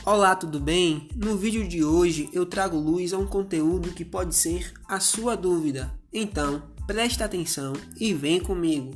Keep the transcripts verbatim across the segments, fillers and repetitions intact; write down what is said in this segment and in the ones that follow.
Olá, tudo bem? No vídeo de hoje eu trago luz a um conteúdo que pode ser a sua dúvida. Então, presta atenção e vem comigo.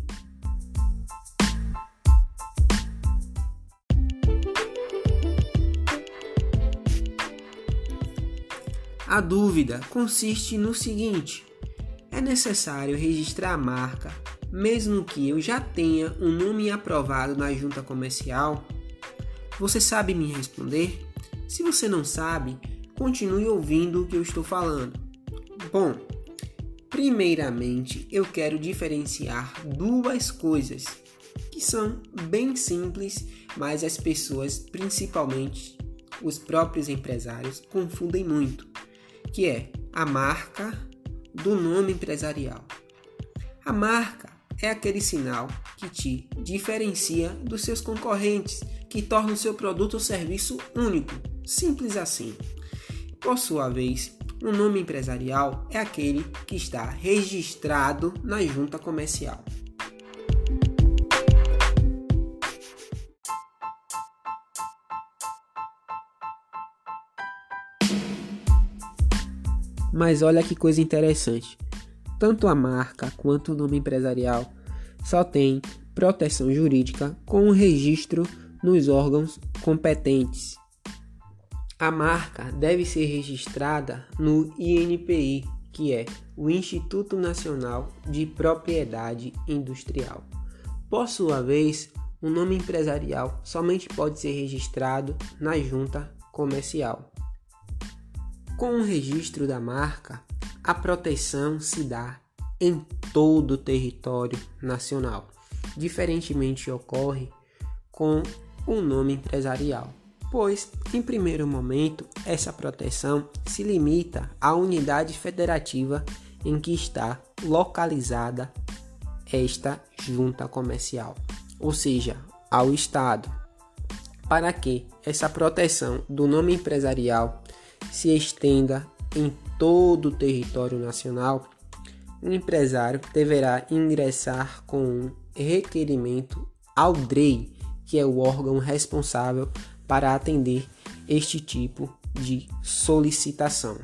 A dúvida consiste no seguinte: é necessário registrar a marca, mesmo que eu já tenha um nome aprovado na junta comercial? Você sabe me responder? Se você não sabe, continue ouvindo o que eu estou falando. Bom, primeiramente eu quero diferenciar duas coisas que são bem simples, mas as pessoas, principalmente os próprios empresários, confundem muito, que é a marca do nome empresarial. A marca é aquele sinal que te diferencia dos seus concorrentes, que torna o seu produto ou serviço único, simples assim. Por sua vez, o nome empresarial é aquele que está registrado na junta comercial. Mas olha que coisa interessante. Tanto a marca quanto o nome empresarial só têm proteção jurídica com o registro nos órgãos competentes. A marca deve ser registrada no I N P I, que é o Instituto Nacional de Propriedade Industrial. Por sua vez, o nome empresarial somente pode ser registrado na junta comercial. Com o registro da marca, a proteção se dá em todo o território nacional. Diferentemente ocorre com o nome empresarial, pois, em primeiro momento, essa proteção se limita à unidade federativa em que está localizada esta junta comercial, ou seja, ao Estado. Para que essa proteção do nome empresarial se estenda em todo o território nacional, o empresário deverá ingressar com um requerimento ao D R E I, que é o órgão responsável para atender este tipo de solicitação.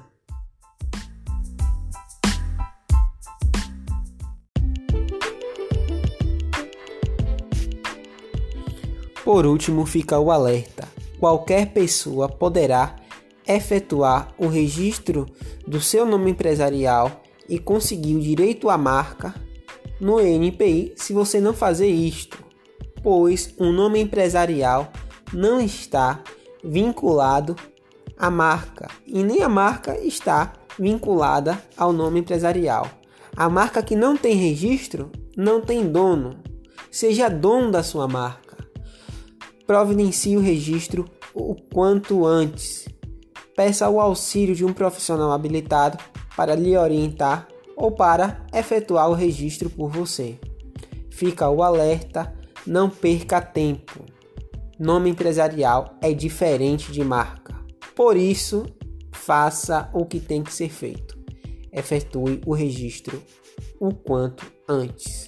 Por último, fica o alerta: qualquer pessoa poderá efetuar o registro do seu nome empresarial e conseguir o direito à marca no I N P I se você não fazer isto, pois o nome empresarial não está vinculado à marca e nem a marca está vinculada ao nome empresarial. A marca que não tem registro não tem dono. Seja dono da sua marca. Providencie o registro o quanto antes. Peça o auxílio de um profissional habilitado para lhe orientar ou para efetuar o registro por você. Fica o alerta, não perca tempo. Nome empresarial é diferente de marca. Por isso, faça o que tem que ser feito. Efetue o registro o quanto antes.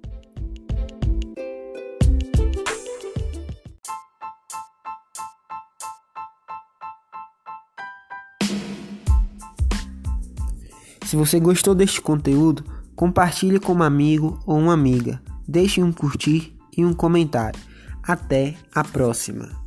Se você gostou deste conteúdo, compartilhe com um amigo ou uma amiga. Deixe um curtir e um comentário. Até a próxima!